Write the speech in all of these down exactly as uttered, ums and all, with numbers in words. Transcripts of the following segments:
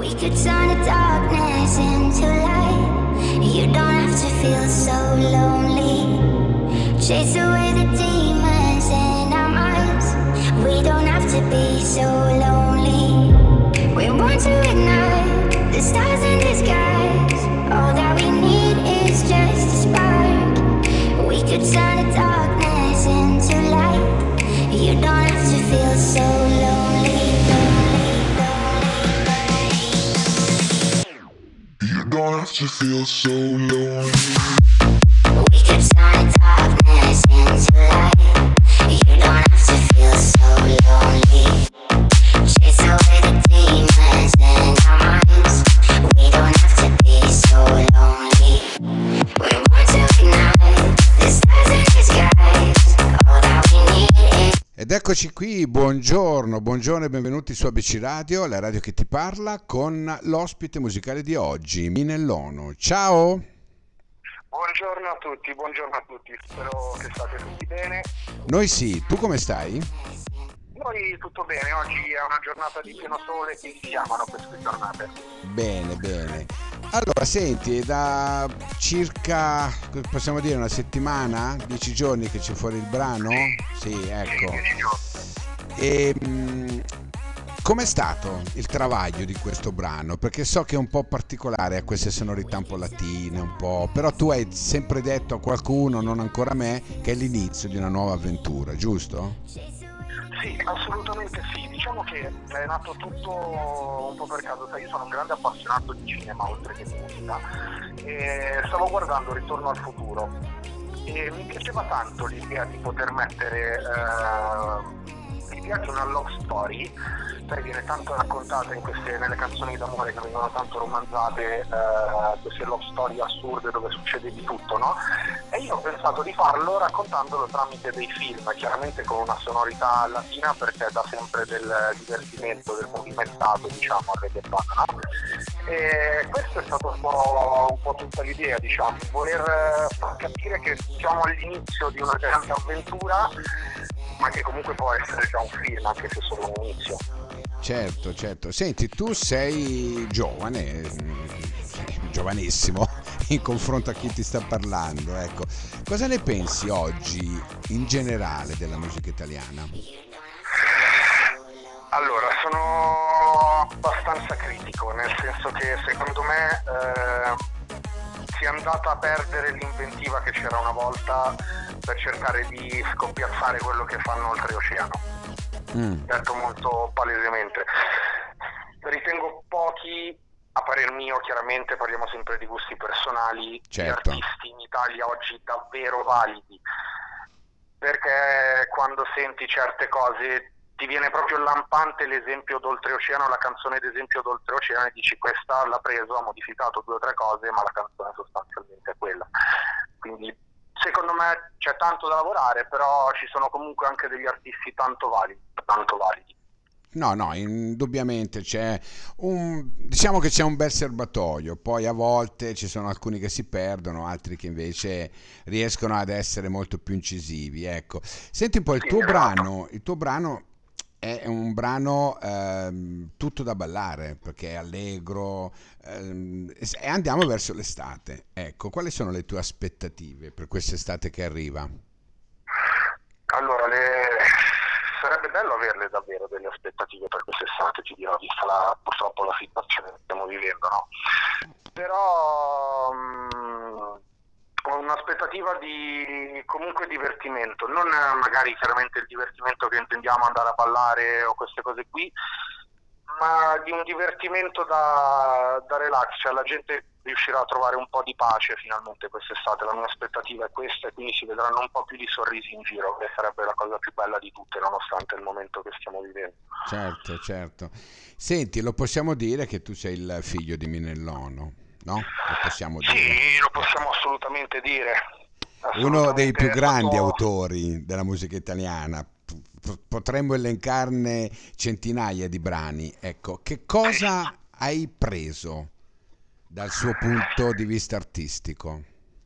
We could turn the darkness into light. You don't have to feel so lonely. Chase away the demons in our minds. We don't have to be so lonely. We're born to ignite the stars in the skies. All that we need is just a spark. We could turn the darkness into light. You don't have to feel so lonely, lonely, lonely, lonely. You don't have to feel so lonely. We could turn the darkness into light. You don't have to feel so lonely. Chase away the demons in our minds. We don't have to be so lonely. We're born to ignite the stars in the skies. All that we need is. Ed eccoci qui, buongiorno, buongiorno e benvenuti su A B C Radio, la radio che ti parla, con l'ospite musicale di oggi, Minellono. Ciao! Buongiorno a tutti, buongiorno a tutti, spero che state tutti bene. Noi sì, tu come stai? Noi tutto bene, oggi è una giornata di pieno sole, quindi si amano queste giornate. Bene, bene. Allora, senti, è da circa, possiamo dire, una settimana, dieci giorni che c'è fuori il brano? Sì, ecco. E mh, com'è stato il travaglio di questo brano? Perché so che è un po' particolare, ha queste sonorità un po' latine, un po', però tu hai sempre detto a qualcuno, non ancora a me, che è l'inizio di una nuova avventura, giusto? Sì, assolutamente sì, diciamo che è nato tutto un po' per caso, sai, io sono un grande appassionato di cinema oltre che di musica e stavo guardando Ritorno al futuro e mi piaceva tanto l'idea di poter mettere eh, l'idea di una love story, sai, viene tanto raccontata in queste, nelle canzoni d'amore che vengono tanto romanzate, eh, queste love story assurde dove succede di tutto, no? E io ho pensato di farlo raccontandolo tramite dei film, chiaramente con una sonorità latina perché dà sempre del divertimento, del movimentato, diciamo, al reggaeton, no? E questo è stato un po', un po' tutta l'idea, diciamo, voler far capire che siamo all'inizio di una grande avventura, ma che comunque può essere già un film, anche se solo un inizio. Certo, certo. Senti, tu sei giovane, sei giovanissimo in confronto a chi ti sta parlando, ecco. Cosa ne pensi oggi in generale della musica italiana? Allora, sono abbastanza critico, nel senso che secondo me eh, si è andata a perdere l'inventiva che c'era una volta per cercare di scoppiazzare quello che fanno oltreoceano. Mm. Detto molto palesemente. Ritengo pochi, a parer mio, chiaramente parliamo sempre di gusti personali, certo, di artisti in Italia oggi davvero validi, perché quando senti certe cose ti viene proprio lampante l'esempio d'oltreoceano, la canzone d'esempio d'oltreoceano, e dici questa l'ha preso, ha modificato due o tre cose, ma la canzone sostanzialmente è quella. Quindi secondo me c'è tanto da lavorare, però ci sono comunque anche degli artisti tanto validi, tanto validi. No, no, indubbiamente c'è un, diciamo che c'è un bel serbatoio, poi a volte ci sono alcuni che si perdono, altri che invece riescono ad essere molto più incisivi, ecco. Senti un po', il tuo brano, il tuo brano è un brano ehm, tutto da ballare, perché è allegro, ehm, e andiamo verso l'estate, ecco, quali sono le tue aspettative per quest'estate che arriva? Allora, le... sarebbe bello averle davvero delle aspettative per quest'estate, ti dirò, vista la, purtroppo la situazione che stiamo vivendo, no? Però mh, ho un'aspettativa di comunque divertimento, non magari chiaramente il divertimento che intendiamo andare a ballare o queste cose qui, ma di un divertimento da, da relax, cioè la gente riuscirà a trovare un po' di pace finalmente quest'estate, la mia aspettativa è questa, e quindi si vedranno un po' più di sorrisi in giro, che sarebbe la cosa più bella di tutte nonostante il momento che stiamo vivendo. Certo, certo. Senti, lo possiamo dire che tu sei il figlio di Minellono, no? Lo possiamo sì, dire. Sì, lo possiamo assolutamente dire. Assolutamente. Uno dei più grandi stato... autori della musica italiana. Potremmo elencarne centinaia di brani. Ecco, che cosa hai preso dal suo punto di vista artistico?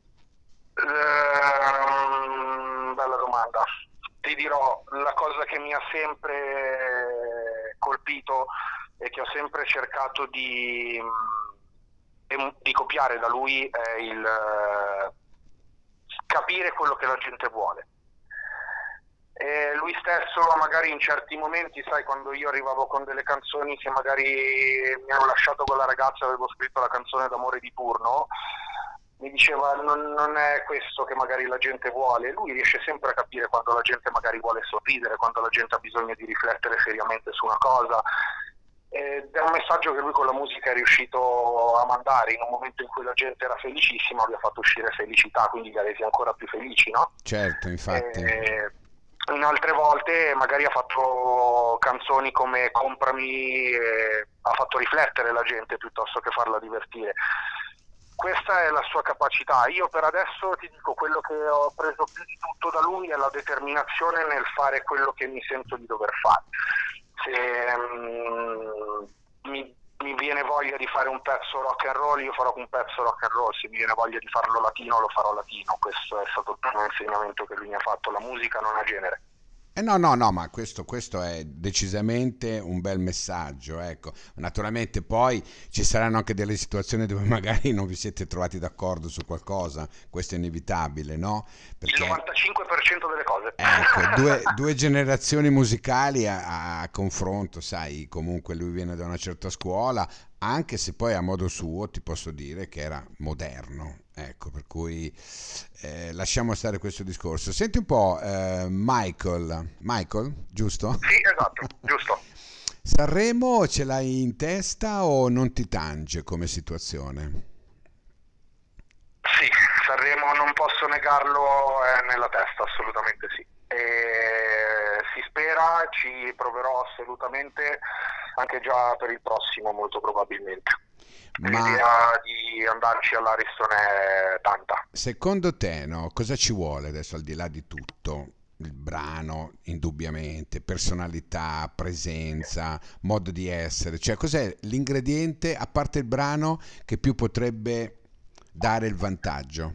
Ehm, bella domanda. Ti dirò, la cosa che mi ha sempre colpito e che ho sempre cercato di, di copiare da lui è il eh, capire quello che la gente vuole. E lui stesso magari in certi momenti, sai, quando io arrivavo con delle canzoni che magari mi hanno lasciato con la ragazza, avevo scritto la canzone d'amore di turno, mi diceva non, non è questo che magari la gente vuole. Lui riesce sempre a capire quando la gente magari vuole sorridere, quando la gente ha bisogno di riflettere seriamente su una cosa, ed è un messaggio che lui con la musica è riuscito a mandare in un momento in cui la gente era felicissima, lui ha fatto uscire felicità, quindi li ha resi ancora più felici, no? Certo, infatti. E in altre volte magari ha fatto canzoni come Comprami, e ha fatto riflettere la gente piuttosto che farla divertire. Questa è la sua capacità. Io per adesso ti dico, quello che ho preso più di tutto da lui è la determinazione nel fare quello che mi sento di dover fare. Se um, mi, mi viene voglia di fare un pezzo rock and roll, io farò un pezzo rock and roll. Se mi viene voglia di farlo latino, lo farò latino. Questo è stato il primo insegnamento che lui mi ha fatto. La musica non ha genere. Eh no, no, no, ma questo, questo è decisamente un bel messaggio, ecco. Naturalmente poi ci saranno anche delle situazioni dove magari non vi siete trovati d'accordo su qualcosa, questo è inevitabile, no? Perché... il novantacinque per cento delle cose. Ecco, due, due generazioni musicali a, a confronto, sai, comunque lui viene da una certa scuola, anche se poi a modo suo ti posso dire che era moderno, ecco, per cui eh, lasciamo stare questo discorso. Senti un po', eh, Michael, Michael, giusto? Sì, esatto, giusto. Sanremo ce l'hai in testa o non ti tange come situazione? Sì, Sanremo non posso negarlo, è nella testa, assolutamente sì. E si spera, ci proverò assolutamente anche già per il prossimo, molto probabilmente. Ma l'idea di andarci all'Ariston è tanta. Secondo te, no, cosa ci vuole adesso al di là di tutto? Il brano, indubbiamente, personalità, presenza, modo di essere, cioè cos'è l'ingrediente, a parte il brano, che più potrebbe dare il vantaggio?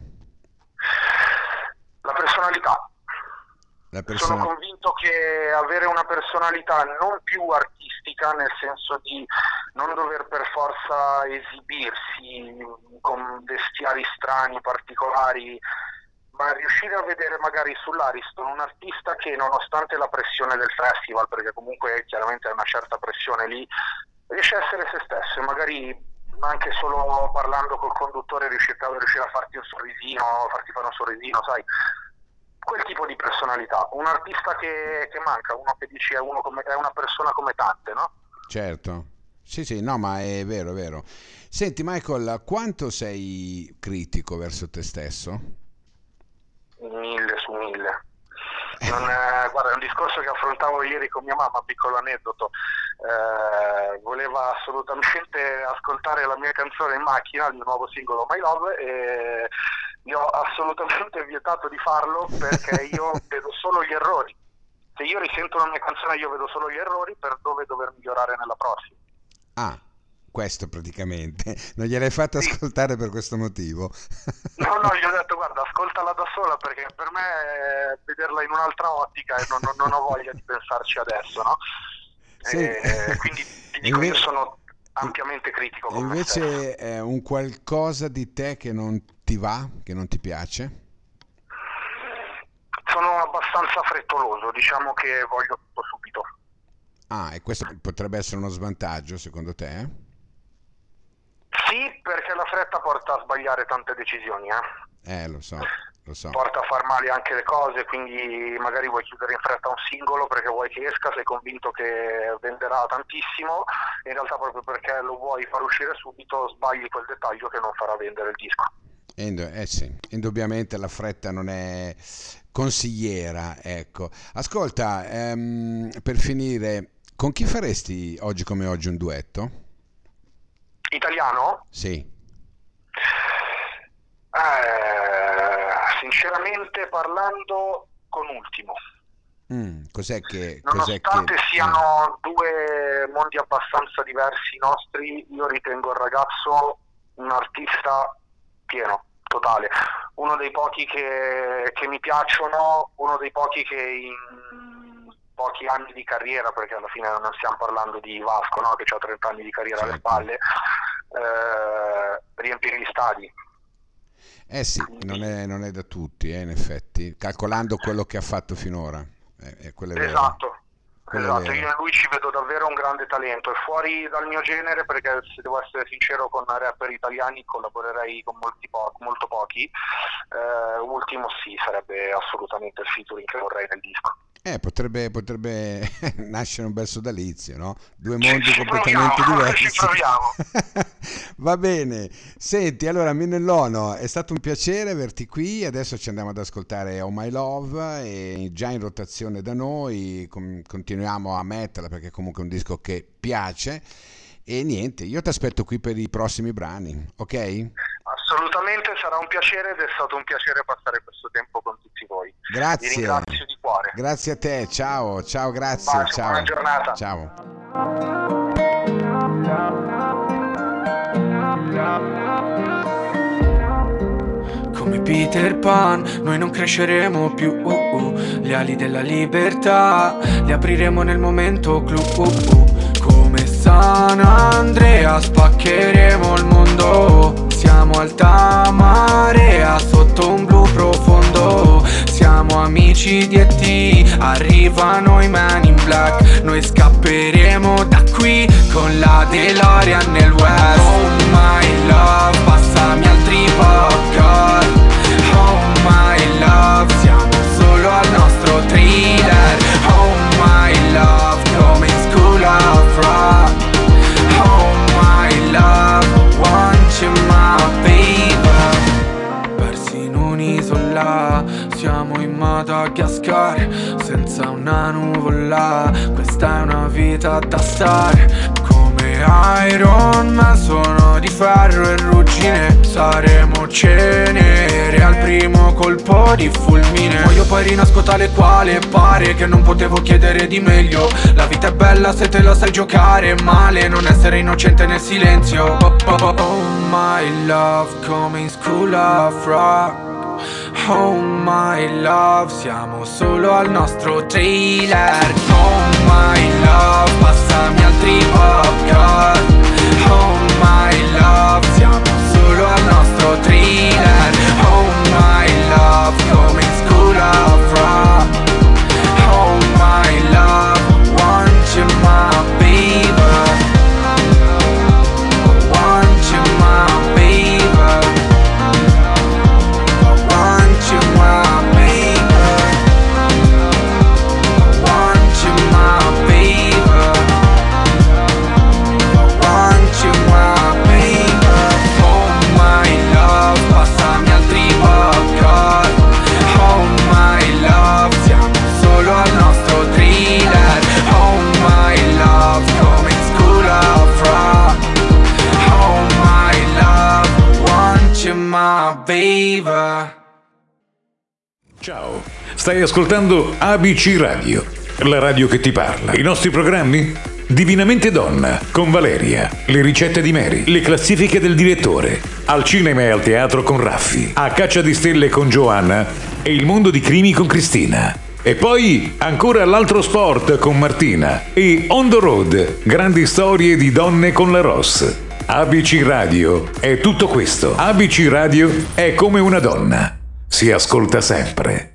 La personalità. La persona... Sono convinto che avere una personalità non più artistica, nel senso di non dover per forza esibirsi con vestiari strani, particolari, ma riuscire a vedere magari sull'Ariston un artista che, nonostante la pressione del festival, perché comunque chiaramente è una certa pressione lì, riesce a essere se stesso e magari anche solo parlando col conduttore riuscire a, riuscire a farti un sorrisino, farti fare un sorrisino, sai, quel tipo di personalità. Un artista che, che manca, uno che dici è, uno come, è una persona come tante, no? Certo, sì sì, no, ma è vero, è vero. Senti Michael, quanto sei critico verso te stesso? Mille su mille. Non è, guarda, è un discorso che affrontavo ieri con mia mamma, piccolo aneddoto. Eh, voleva assolutamente ascoltare la mia canzone in macchina, il nuovo singolo My Love, e gli ho assolutamente vietato di farlo perché io vedo solo gli errori. Se io risento la mia canzone io vedo solo gli errori per dove dover migliorare nella prossima. Ah, questo praticamente. Non gliel'hai fatto sì. ascoltare per questo motivo? No, no, gli ho detto guarda, ascoltala da sola perché per me è vederla in un'altra ottica e non, non, non ho voglia di pensarci adesso, no? Sì. E quindi ti dico, io sono ampiamente critico con me stesso. Invece è un qualcosa di te che non ti va, che non ti piace? Sono abbastanza frettoloso, diciamo che voglio tutto subito. Ah, e questo potrebbe essere uno svantaggio secondo te? Sì, perché la fretta porta a sbagliare tante decisioni, eh? Eh, lo so, lo so. Porta a far male anche le cose, quindi magari vuoi chiudere in fretta un singolo perché vuoi che esca, sei convinto che venderà tantissimo, in realtà proprio perché lo vuoi far uscire subito sbagli quel dettaglio che non farà vendere il disco. Eh sì, indubbiamente la fretta non è consigliera, ecco. Ascolta, ehm, per finire, con chi faresti oggi come oggi un duetto? Italiano? Sì. Eh, sinceramente parlando, con Ultimo. Mm, cos'è che... Nonostante cos'è che... siano ah. due mondi abbastanza diversi nostri, io ritengo il ragazzo un artista pieno, totale. Uno dei pochi che, che mi piacciono, uno dei pochi che in pochi anni di carriera, perché alla fine non stiamo parlando di Vasco, no? Che ha trenta anni di carriera alle spalle, eh, riempire gli stadi. Eh sì, non è, non è da tutti, eh, in effetti, calcolando quello che ha fatto finora. Eh, quello è vero. Esatto. Quello Esatto, io in lui ci vedo davvero un grande talento, è fuori dal mio genere perché, se devo essere sincero, con rapper italiani collaborerei con molti po- molto pochi, eh, ultimo sì, sarebbe assolutamente il featuring che vorrei nel disco. Eh, potrebbe, potrebbe nascere un bel sodalizio, no? Due mondi ci completamente proviamo, diversi. ci proviamo. Va bene. Senti, allora, Minellono, è stato un piacere averti qui. Adesso ci andiamo ad ascoltare Oh My Love, e già in rotazione da noi. Com- continuiamo a metterla perché comunque è un disco che piace. E niente, io ti aspetto qui per i prossimi brani, ok? Assolutamente, sarà un piacere, ed è stato un piacere passare questo tempo con tutti voi. Grazie. Vi ringrazio di cuore. Grazie a te, ciao, ciao, grazie, Bacio, ciao. buona giornata. Ciao. Come Peter Pan, noi non cresceremo più, uh, uh. Le ali della libertà le apriremo nel momento clou, uh, uh. Come San Andrea spaccheremo il mondo. Siamo alta marea sotto un blu profondo. Siamo amici di E T, arrivano i Man in Black. Noi scapperemo da qui con la DeLorean nel West. Oh my love, passami altri popcorn. Oh my love, siamo solo al nostro thriller. Oh my love, come in School of Rock. Oh my love, want you my baby. Persi in un'isola, siamo in Madagascar, senza una nuvola, questa è una vita da star. Come Iron Man sono di ferro e ruggine, saremo cenere al primo colpo di fulmine. Voglio poi rinasco tale quale, pare che non potevo chiedere di meglio. La vita è bella se te la sai giocare, male non essere innocente nel silenzio. Oh, oh, oh, oh my love, come in School of Rock. Oh my love, siamo solo al nostro trailer. Oh my love, passami altri popcorn. Oh my love, siamo solo al nostro thriller. Oh my love, come in School of Rock. Oh my love, want you my baby. Want you my baby. Ciao, stai ascoltando A B C Radio, la radio che ti parla. I nostri programmi? Divinamente Donna con Valeria, le ricette di Mary, le classifiche del direttore, al cinema e al teatro con Raffi, A caccia di stelle con Giovanna e Il mondo di crimi con Cristina. E poi ancora l'altro sport con Martina e On the Road, grandi storie di donne con la Ross. A B C Radio è tutto questo. A B C Radio è come una donna. Si ascolta sempre.